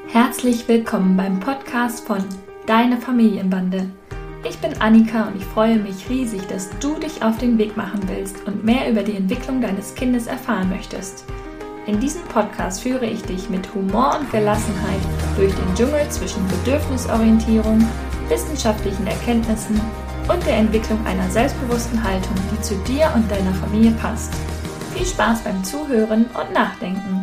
Herzlich willkommen beim Podcast von Deine Familienbande. Ich bin Annika und ich freue mich riesig, dass du dich auf den Weg machen willst und mehr über die Entwicklung deines Kindes erfahren möchtest. In diesem Podcast führe ich dich mit Humor und Gelassenheit durch den Dschungel zwischen Bedürfnisorientierung, wissenschaftlichen Erkenntnissen und der Entwicklung einer selbstbewussten Haltung, die zu dir und deiner Familie passt. Viel Spaß beim Zuhören und Nachdenken.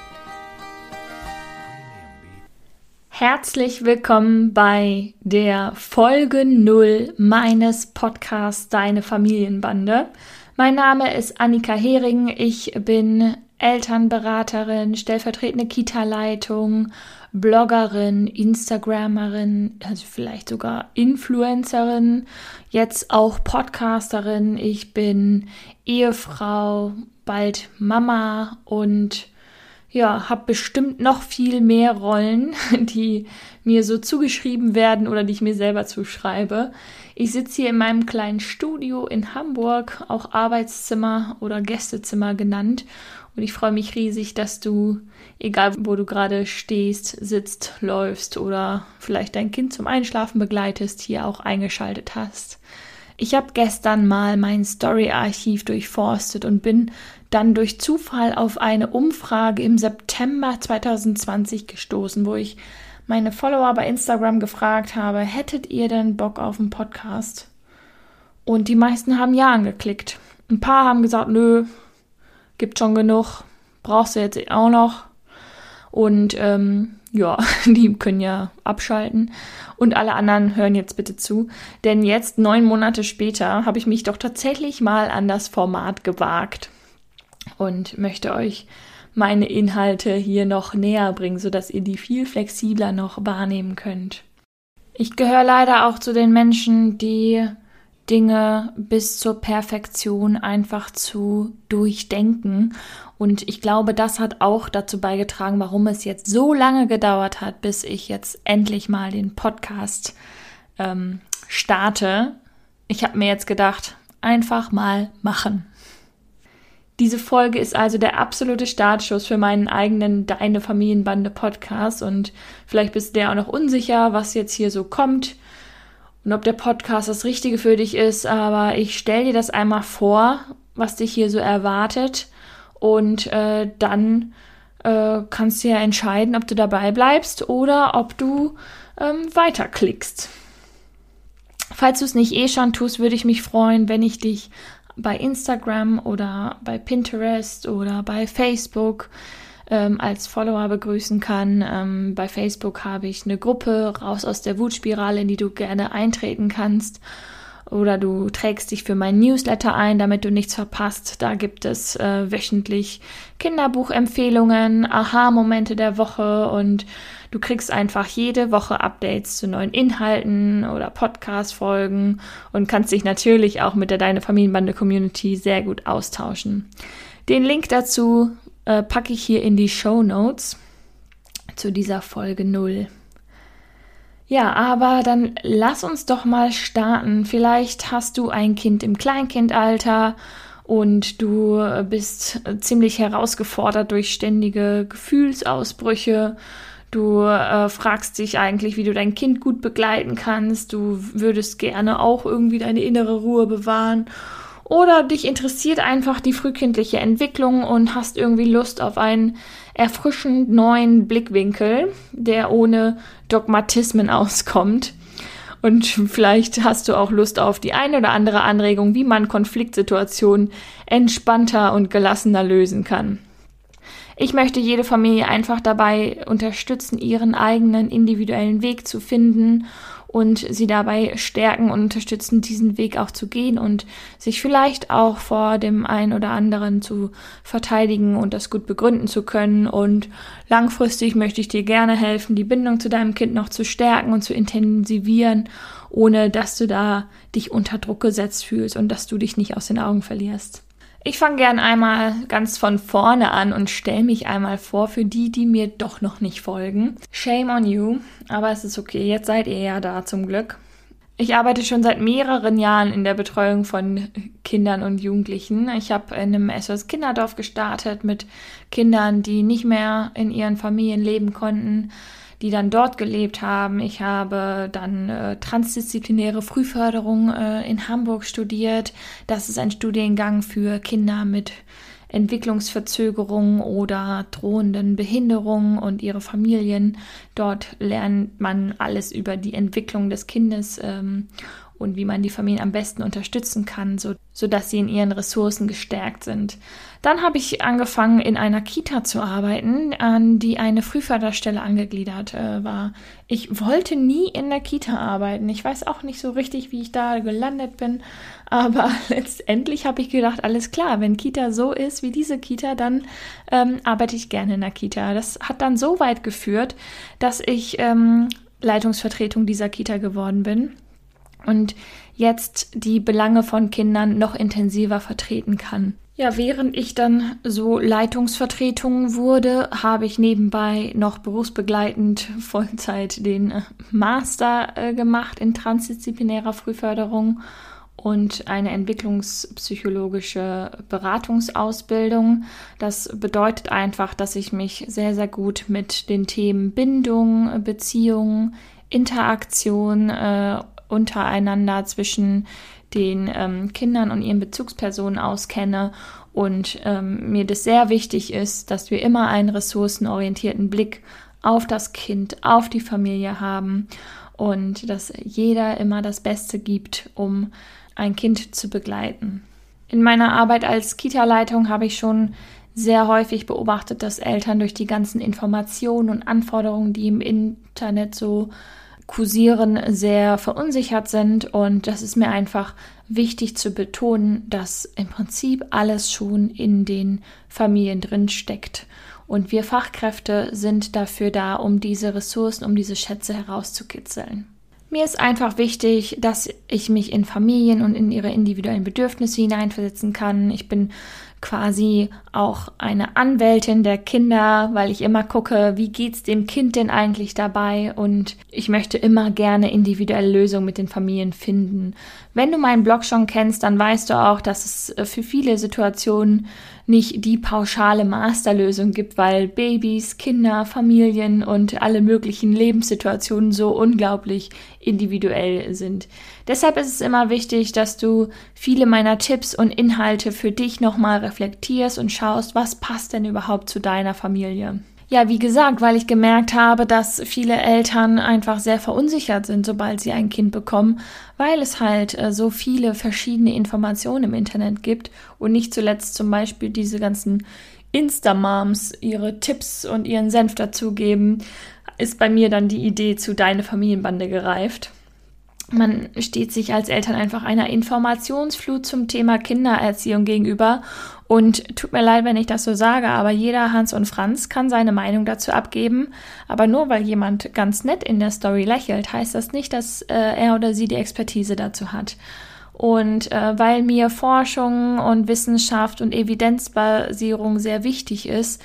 Herzlich willkommen bei der Folge 0 meines Podcasts Deine Familienbande. Mein Name ist Annika Hering, ich bin Elternberaterin, stellvertretende Kita-Leitung, Bloggerin, Instagramerin, also vielleicht sogar Influencerin, jetzt auch Podcasterin. Ich bin Ehefrau, bald Mama und habe bestimmt noch viel mehr Rollen, die mir so zugeschrieben werden oder die ich mir selber zuschreibe. Ich sitze hier in meinem kleinen Studio in Hamburg, auch Arbeitszimmer oder Gästezimmer genannt. Und ich freue mich riesig, dass du, egal wo du gerade stehst, sitzt, läufst oder vielleicht dein Kind zum Einschlafen begleitest, hier auch eingeschaltet hast. Ich habe gestern mal mein Story-Archiv durchforstet und bin dann durch Zufall auf eine Umfrage im September 2020 gestoßen, wo ich meine Follower bei Instagram gefragt habe, hättet ihr denn Bock auf einen Podcast? Und die meisten haben ja angeklickt. Ein paar haben gesagt, nö, gibt schon genug, brauchst du jetzt auch noch. Und die können ja abschalten. Und alle anderen hören jetzt bitte zu. Denn jetzt, 9 Monate später, habe ich mich doch tatsächlich mal an das Format gewagt und möchte euch meine Inhalte hier noch näher bringen, sodass ihr die viel flexibler noch wahrnehmen könnt. Ich gehöre leider auch zu den Menschen, die Dinge bis zur Perfektion einfach zu durchdenken. Und ich glaube, das hat auch dazu beigetragen, warum es jetzt so lange gedauert hat, bis ich jetzt endlich mal den Podcast starte. Ich habe mir jetzt gedacht, einfach mal machen. Diese Folge ist also der absolute Startschuss für meinen eigenen Deine Familienbande Podcast. Und vielleicht bist du dir auch noch unsicher, was jetzt hier so kommt und ob der Podcast das Richtige für dich ist. Aber ich stelle dir das einmal vor, was dich hier so erwartet. Und dann kannst du ja entscheiden, ob du dabei bleibst oder ob du weiterklickst. Falls du es nicht schon tust, würde ich mich freuen, wenn ich dich bei Instagram oder bei Pinterest oder bei Facebook als Follower begrüßen kann. Bei Facebook habe ich eine Gruppe Raus aus der Wutspirale, in die du gerne eintreten kannst. Oder du trägst dich für meinen Newsletter ein, damit du nichts verpasst. Da gibt es wöchentlich Kinderbuchempfehlungen, Aha-Momente der Woche und du kriegst einfach jede Woche Updates zu neuen Inhalten oder Podcast-Folgen und kannst dich natürlich auch mit der Deine Familienbande-Community sehr gut austauschen. Den Link dazu packe ich hier in die Shownotes zu dieser Folge 0. Ja, aber dann lass uns doch mal starten. Vielleicht hast du ein Kind im Kleinkindalter und du bist ziemlich herausgefordert durch ständige Gefühlsausbrüche. Du fragst dich eigentlich, wie du dein Kind gut begleiten kannst. Du würdest gerne auch irgendwie deine innere Ruhe bewahren. Oder dich interessiert einfach die frühkindliche Entwicklung und hast irgendwie Lust auf einen erfrischend neuen Blickwinkel, der ohne Dogmatismen auskommt. Und vielleicht hast du auch Lust auf die eine oder andere Anregung, wie man Konfliktsituationen entspannter und gelassener lösen kann. Ich möchte jede Familie einfach dabei unterstützen, ihren eigenen individuellen Weg zu finden und sie dabei stärken und unterstützen, diesen Weg auch zu gehen und sich vielleicht auch vor dem einen oder anderen zu verteidigen und das gut begründen zu können. Und langfristig möchte ich dir gerne helfen, die Bindung zu deinem Kind noch zu stärken und zu intensivieren, ohne dass du da dich unter Druck gesetzt fühlst und dass du dich nicht aus den Augen verlierst. Ich fange gern einmal ganz von vorne an und stelle mich einmal vor für die, die mir doch noch nicht folgen. Shame on you, aber es ist okay, jetzt seid ihr ja da zum Glück. Ich arbeite schon seit mehreren Jahren in der Betreuung von Kindern und Jugendlichen. Ich habe in einem SOS Kinderdorf gestartet mit Kindern, die nicht mehr in ihren Familien leben konnten, die dann dort gelebt haben. Ich habe dann transdisziplinäre Frühförderung in Hamburg studiert. Das ist ein Studiengang für Kinder mit Entwicklungsverzögerungen oder drohenden Behinderungen und ihre Familien. Dort lernt man alles über die Entwicklung des Kindes und wie man die Familien am besten unterstützen kann, sodass sie in ihren Ressourcen gestärkt sind. Dann habe ich angefangen, in einer Kita zu arbeiten, an die eine Frühförderstelle angegliedert war. Ich wollte nie in der Kita arbeiten. Ich weiß auch nicht so richtig, wie ich da gelandet bin, aber letztendlich habe ich gedacht, alles klar, wenn Kita so ist wie diese Kita, dann arbeite ich gerne in der Kita. Das hat dann so weit geführt, dass ich Leitungsvertretung dieser Kita geworden bin und jetzt die Belange von Kindern noch intensiver vertreten kann. Ja, während ich dann so Leitungsvertretung wurde, habe ich nebenbei noch berufsbegleitend Vollzeit den Master gemacht in transdisziplinärer Frühförderung und eine entwicklungspsychologische Beratungsausbildung. Das bedeutet einfach, dass ich mich sehr, sehr gut mit den Themen Bindung, Beziehung, Interaktion untereinander zwischen den Kindern und ihren Bezugspersonen auskenne und mir das sehr wichtig ist, dass wir immer einen ressourcenorientierten Blick auf das Kind, auf die Familie haben und dass jeder immer das Beste gibt, um ein Kind zu begleiten. In meiner Arbeit als Kita-Leitung habe ich schon sehr häufig beobachtet, dass Eltern durch die ganzen Informationen und Anforderungen, die im Internet so kursieren, sehr verunsichert sind, und das ist mir einfach wichtig zu betonen, dass im Prinzip alles schon in den Familien drin steckt und wir Fachkräfte sind dafür da, um diese Ressourcen, um diese Schätze herauszukitzeln. Mir ist einfach wichtig, dass ich mich in Familien und in ihre individuellen Bedürfnisse hineinversetzen kann. Ich bin quasi auch eine Anwältin der Kinder, weil ich immer gucke, wie geht's dem Kind denn eigentlich dabei, und ich möchte immer gerne individuelle Lösungen mit den Familien finden. Wenn du meinen Blog schon kennst, dann weißt du auch, dass es für viele Situationen nicht die pauschale Masterlösung gibt, weil Babys, Kinder, Familien und alle möglichen Lebenssituationen so unglaublich individuell sind. Deshalb ist es immer wichtig, dass du viele meiner Tipps und Inhalte für dich nochmal reflektierst und schaust, was passt denn überhaupt zu deiner Familie. Ja, wie gesagt, weil ich gemerkt habe, dass viele Eltern einfach sehr verunsichert sind, sobald sie ein Kind bekommen, weil es halt so viele verschiedene Informationen im Internet gibt und nicht zuletzt zum Beispiel diese ganzen Insta-Moms ihre Tipps und ihren Senf dazugeben, ist bei mir dann die Idee zu Deine Familienbande gereift. Man steht sich als Eltern einfach einer Informationsflut zum Thema Kindererziehung gegenüber, und tut mir leid, wenn ich das so sage, aber jeder Hans und Franz kann seine Meinung dazu abgeben, aber nur weil jemand ganz nett in der Story lächelt, heißt das nicht, dass er oder sie die Expertise dazu hat. Und weil mir Forschung und Wissenschaft und Evidenzbasierung sehr wichtig ist,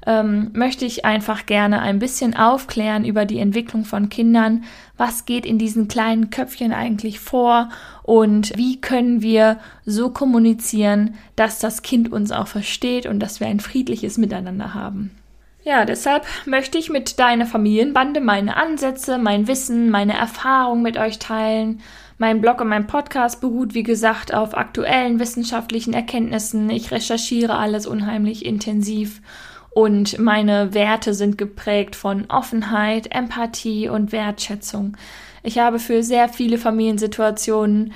möchte ich einfach gerne ein bisschen aufklären über die Entwicklung von Kindern. Was geht in diesen kleinen Köpfchen eigentlich vor und wie können wir so kommunizieren, dass das Kind uns auch versteht und dass wir ein friedliches Miteinander haben. Ja, deshalb möchte ich mit Deine Familienbande meine Ansätze, mein Wissen, meine Erfahrungen mit euch teilen. Mein Blog und mein Podcast beruht, wie gesagt, auf aktuellen wissenschaftlichen Erkenntnissen. Ich recherchiere alles unheimlich intensiv. Und meine Werte sind geprägt von Offenheit, Empathie und Wertschätzung. Ich habe für sehr viele Familiensituationen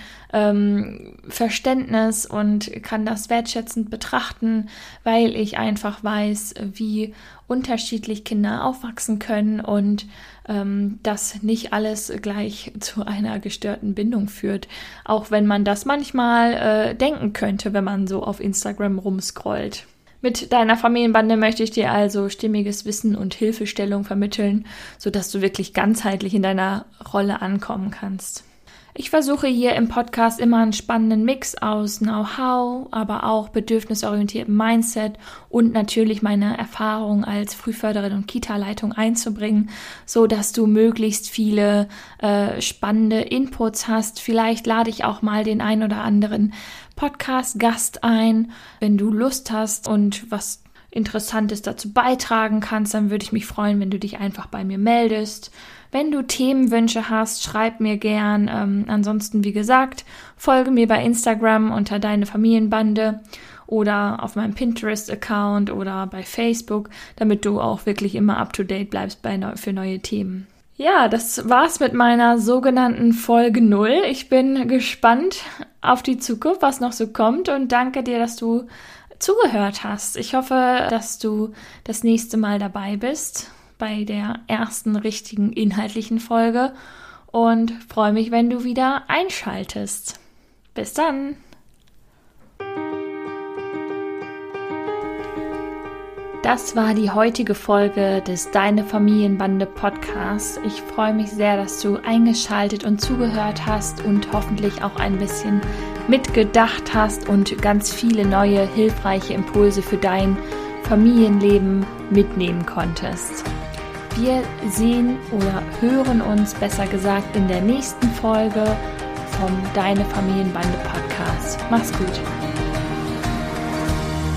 Verständnis und kann das wertschätzend betrachten, weil ich einfach weiß, wie unterschiedlich Kinder aufwachsen können und dass nicht alles gleich zu einer gestörten Bindung führt. Auch wenn man das manchmal denken könnte, wenn man so auf Instagram rumscrollt. Mit Deiner Familienbande möchte ich dir also stimmiges Wissen und Hilfestellung vermitteln, sodass du wirklich ganzheitlich in deiner Rolle ankommen kannst. Ich versuche hier im Podcast immer einen spannenden Mix aus Know-how, aber auch bedürfnisorientiertem Mindset und natürlich meine Erfahrung als Frühförderin und Kita-Leitung einzubringen, so dass du möglichst viele spannende Inputs hast. Vielleicht lade ich auch mal den ein oder anderen Podcast-Gast ein, wenn du Lust hast und was Interessantes dazu beitragen kannst, dann würde ich mich freuen, wenn du dich einfach bei mir meldest. Wenn du Themenwünsche hast, schreib mir gern. Ansonsten, wie gesagt, folge mir bei Instagram unter Deine Familienbande oder auf meinem Pinterest-Account oder bei Facebook, damit du auch wirklich immer up-to-date bleibst für neue Themen. Ja, das war's mit meiner sogenannten Folge 0. Ich bin gespannt auf die Zukunft, was noch so kommt, und danke dir, dass du zugehört hast. Ich hoffe, dass du das nächste Mal dabei bist bei der ersten richtigen inhaltlichen Folge und freue mich, wenn du wieder einschaltest. Bis dann! Das war die heutige Folge des Deine Familienbande Podcasts. Ich freue mich sehr, dass du eingeschaltet und zugehört hast und hoffentlich auch ein bisschen mitgedacht hast und ganz viele neue, hilfreiche Impulse für dein Familienleben mitnehmen konntest. Wir sehen oder hören uns, besser gesagt, in der nächsten Folge vom Deine Familienbande Podcast. Mach's gut!